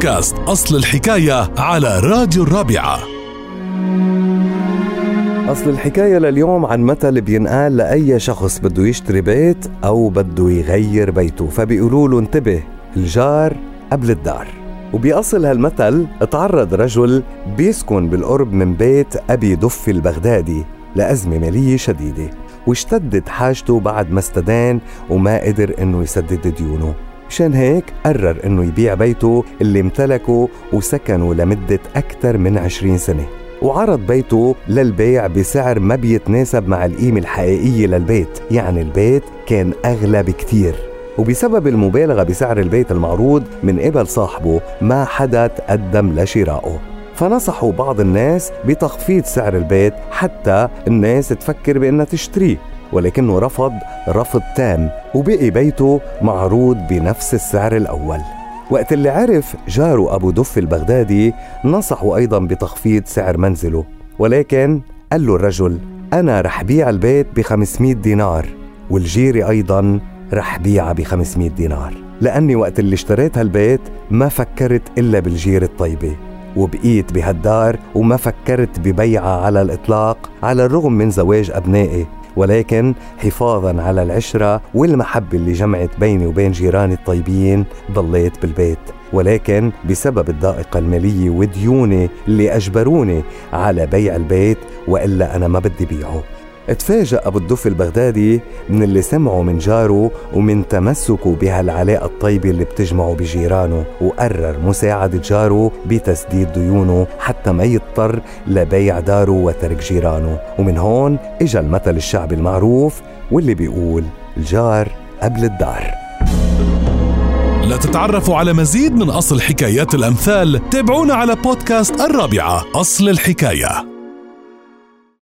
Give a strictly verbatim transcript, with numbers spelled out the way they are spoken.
بودكاست أصل الحكاية على راديو الرابعة. أصل الحكاية لليوم عن مثل بينقال لأي شخص بده يشتري بيت أو بده يغير بيته، فبيقولوا له انتبه، الجار قبل الدار. وبأصل هالمثل اتعرض رجل بيسكن بالقرب من بيت أبي دفي البغدادي لأزمة مالية شديدة، واشتدت حاجته بعد ما استدان وما قدر انه يسدد ديونه. مشان هيك قرر انه يبيع بيته اللي امتلكه وسكنه لمدة اكثر من عشرين سنة، وعرض بيته للبيع بسعر ما بيتناسب مع القيمة الحقيقية للبيت، يعني البيت كان اغلى بكتير. وبسبب المبالغة بسعر البيت المعروض من قبل صاحبه ما حدا تقدم لشرائه، فنصحوا بعض الناس بتخفيض سعر البيت حتى الناس تفكر بأنها تشتريه، ولكنه رفض رفض تام وبقي بيته معروض بنفس السعر الأول. وقت اللي عرف جاره أبو دف البغدادي نصحوا أيضا بتخفيض سعر منزله، ولكن قال له الرجل أنا رح بيع البيت بخمسمائة دينار، والجيري أيضا رح بيعها بخمسمائة دينار، لأني وقت اللي اشتريت هالبيت ما فكرت إلا بالجيرة الطيبة، وبقيت بهالدار وما فكرت ببيعها على الإطلاق على الرغم من زواج أبنائي، ولكن حفاظاً على العشرة والمحبة اللي جمعت بيني وبين جيراني الطيبين ضليت بالبيت. ولكن بسبب الضائقة المالية وديوني اللي أجبروني على بيع البيت، وإلا أنا ما بدي بيعه. اتفاجأ أبو الدف البغدادي من اللي سمعه من جاره ومن تمسكه بهالعلاقة الطيبة اللي بتجمعه بجيرانه، وقرر مساعدة جاره بتسديد ديونه حتى ما يضطر لبيع داره وترك جيرانه. ومن هون اجا المثل الشعبي المعروف واللي بيقول الجار قبل الدار. لتتعرفوا على مزيد من أصل حكايات الأمثال تابعونا على بودكاست الرابعة أصل الحكاية.